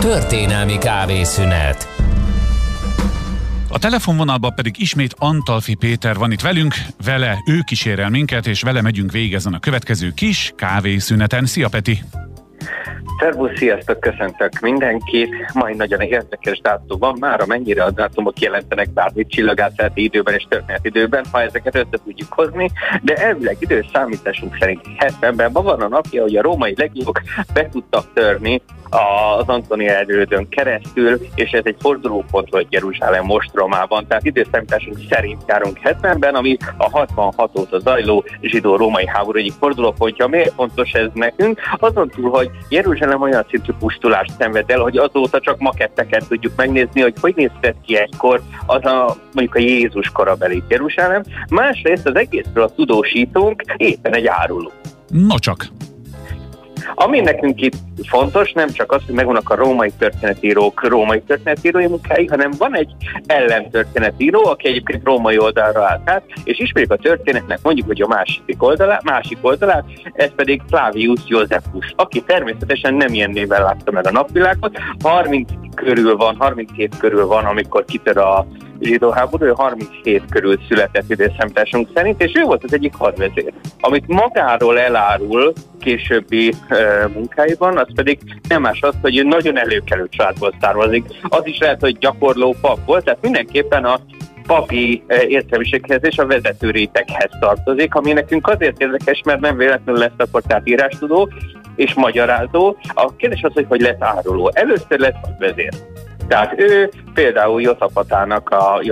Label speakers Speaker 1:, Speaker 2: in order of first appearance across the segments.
Speaker 1: Történelmi kávészünet.
Speaker 2: A telefonvonalban pedig ismét Antalfi Péter van itt velünk, vele ő kísérel minket, és vele megyünk végig ezen a következő kis kávészüneten. Szia, Peti!
Speaker 3: Szervusz, sziasztok, köszöntök mindenkit. Mai nagyon érdekes dátum van, már amennyire a dátumok jelentenek bármit csillagászati időben és történeti időben, ha ezeket össze tudjuk hozni, de elvileg időszámításunk szerint 70-ben van a napja, hogy a római legiók be tudtak törni az Antonia erődön keresztül, és ez egy fordulópont volt Jeruzsálem ostromában, tehát időszámításunk szerint járunk 70-ben, ami a 66 óta zajló zsidó-római háború egyik fordulópontja. Miért fontos ez nekünk? Azon túl, hogy Jeruzsálem olyan szintű pusztulást szenved el, hogy azóta csak maketteket tudjuk megnézni, hogy nézett ki egykor az mondjuk a Jézus korabeli Jeruzsálem. Másrészt az egészről a tudósítónk éppen egy áruló.
Speaker 2: No csak!
Speaker 3: Ami nekünk itt fontos, nem csak az, hogy megvannak a római történetírók római történetírói munkái, hanem van egy ellentörténetíró, aki egyébként római oldalra állt át, és ismerjük a történetnek mondjuk, hogy a másik oldalát, ez pedig Flavius Josephus, aki természetesen nem ilyen néven látta meg a napvilágot, 37 körül van, amikor kitör a zsidó háború, ő 37 körül született időszámításunk szerint, és ő volt az egyik hadvezér. Amit magáról elárul későbbi munkáiban, az pedig nem más az, hogy ő nagyon előkelő családból származik. Az is lehet, hogy gyakorló pap volt, tehát mindenképpen a papi értelmiséghez és a vezető réteghez tartozik, ami nekünk azért érdekes, mert nem véletlenül lesz akkor tehát írástudó és magyarázó. A kérdés az, hogy lesz áruló. Először lesz hadvezér. Tehát ő például Joszafátának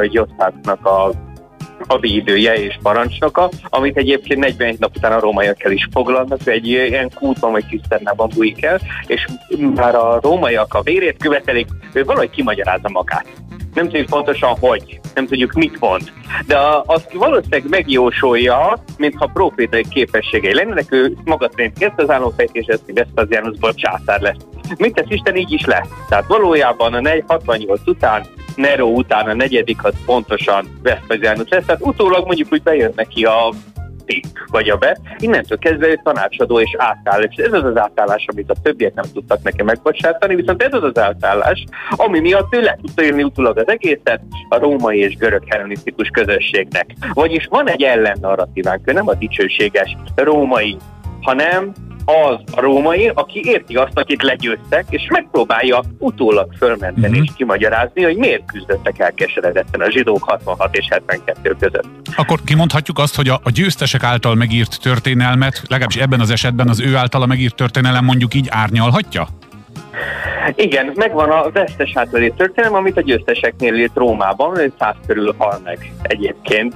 Speaker 3: a védője és parancsnoka, amit egyébként 41 nap után a rómaiak el is foglalnak, ő egy ilyen kútban vagy ciszternában bújik el, és már a rómaiak a vérét követelik, ő valahogy kimagyarázza magát. Nem tudjuk pontosan, hogy, nem tudjuk mit mond, de azt valószínűleg megjósolja, mintha profétai képességei lennének, ő maga szerint kezdte az álomfejtéshez, hogy Vespasianusból császár lesz. Mit tesz Isten, így is lesz. Tehát valójában a 68 után, Nero után a negyedik az pontosan Vespasianus lesz, tehát utólag mondjuk úgy bejön neki a vagy a be, innentől kezdve ő tanácsadó és átáll, és ez az az átállás, amit a többiek nem tudtak neki megbocsátani, viszont ez az az átállás, ami miatt ő le tudta írni utólag az egészet a római és görög hellenisztikus közösségnek. Vagyis van egy ellennarratívánk, ő nem a dicsőséges római, hanem az a római, aki érti azt, akit legyőztek, és megpróbálja utólag fölmenteni és kimagyarázni, hogy miért küzdöttek elkeseredetten a zsidók 66 és 72 között. Akkor
Speaker 2: kimondhatjuk azt, hogy a győztesek által megírt történelmet, legalábbis ebben az esetben az ő általa megírt történelem mondjuk így árnyalhatja?
Speaker 3: Igen, megvan a vesztes által írt történelem, amit a győzteseknél írt Rómában, 100 körül hal meg egyébként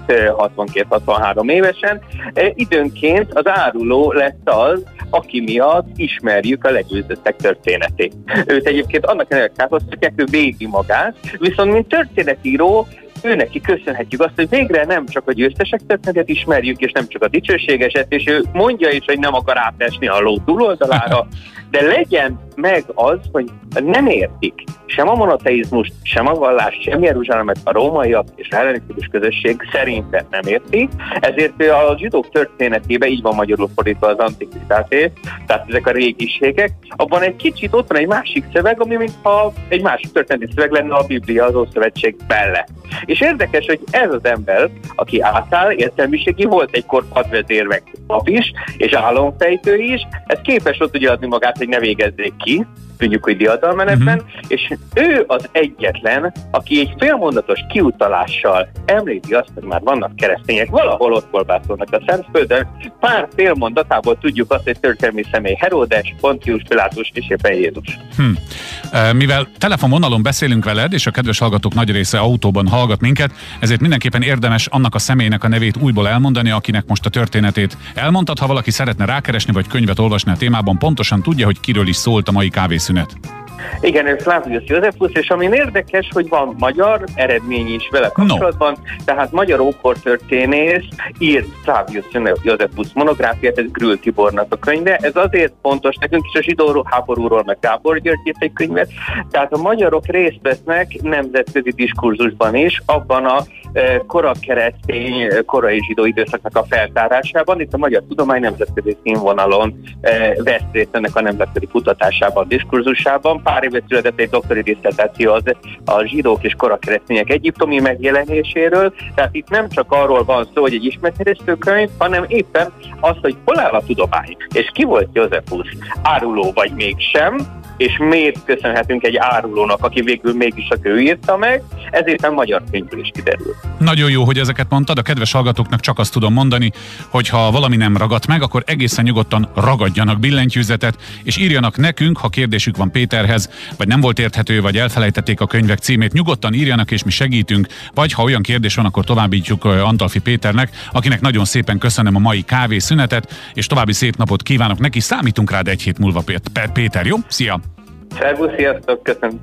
Speaker 3: 62-63 évesen. Időnként az áruló lesz az, aki miatt ismerjük a legyőzöttek történetét. Őt egyébként annak ellenére kárhoztatják, ő védi magát, viszont mint történetíró őneki köszönhetjük azt, hogy végre nem csak a győztesek történetet ismerjük, és nem csak a dicsőségeset, és ő mondja is, hogy nem akar átesni a ló túloldalára, de legyen meg az, hogy nem értik sem a monoteizmust, sem a vallást, sem Jeruzsálemet a rómaiak és a hellenisztikus közösség szerintem nem értik, ezért a zsidók történetében így van magyarul fordítva az antikvitásé, tehát ezek a régiségek, abban egy kicsit ott van egy másik szöveg, ami mintha egy másik történeti szöveg lenne a Biblia, az Ószövetség mellett. És érdekes, hogy ez az ember, aki átáll, értelmiségi, volt egykor hadvezér meg pap is, és álomfejtő is, ez képes ott ugye adni magát, hogy ne végezzék ki, tudjuk, hogy diadalmenetben, és ő az egyetlen, aki egy félmondatos kiutalással említi azt, hogy már vannak keresztények, valahol ott kolbászolnak a Szentföldön, pár félmondatából tudjuk azt, hogy történelmi személy Heródes, Pontius Pilátus és éppen Jézus.
Speaker 2: Mivel telefonvonalon beszélünk veled, és a kedves hallgatók nagy része autóban hallgat minket, ezért mindenképpen érdemes annak a személynek a nevét újból elmondani, akinek most a történetét elmondtad. Ha valaki szeretne rákeresni, vagy könyvet olvasni a témában, pontosan tudja, hogy kiről is szólt a mai kávészünet.
Speaker 3: Igen, ő Flavius Josephus, és ami érdekes, hogy van magyar eredmény is vele kapcsolatban, tehát magyar ókortörténész írt Flavius Josephus monográfiát, ez Grül Tibornak a könyve. Ez azért fontos nekünk is, a zsidó háborúról, meg Gábor György írt egy könyvet, tehát a magyarok részt vesznek nemzetközi diskurzusban is, abban a korakeresztény, korai zsidó időszaknak a feltárásában. Itt a magyar tudomány nemzetközi színvonalon vesz részt ennek a nemzetközi kutatásában, diskurzusában. Pár Berkeleybe született egy doktori diszertáció a zsidók és korakeresztények egyiptomi megjelenéséről, tehát itt nem csak arról van szó, hogy egy ismertterjesztő könyv, hanem éppen az, hogy hol áll a tudomány, és ki volt Józsefusz, áruló vagy mégsem, és miért köszönhetünk egy árulónak, aki végül mégis csak ő írta meg, ezért a magyar könyvből is kiderül.
Speaker 2: Nagyon jó, hogy ezeket mondtad, a kedves hallgatóknak csak azt tudom mondani, hogy ha valami nem ragadt meg, akkor egészen nyugodtan ragadjanak billentyűzetet, és írjanak nekünk, ha kérdésük van Péterhez, vagy nem volt érthető, vagy elfelejtették a könyvek címét, nyugodtan írjanak, és mi segítünk, vagy ha olyan kérdés van, akkor továbbítjuk Antalfi Péternek, akinek nagyon szépen köszönöm a mai kávészünetet, és további szép napot kívánok neki, számítunk rád egy hét múlva, Péter, jó? Szia!
Speaker 3: Szervusz, sziasztok, köszönöm!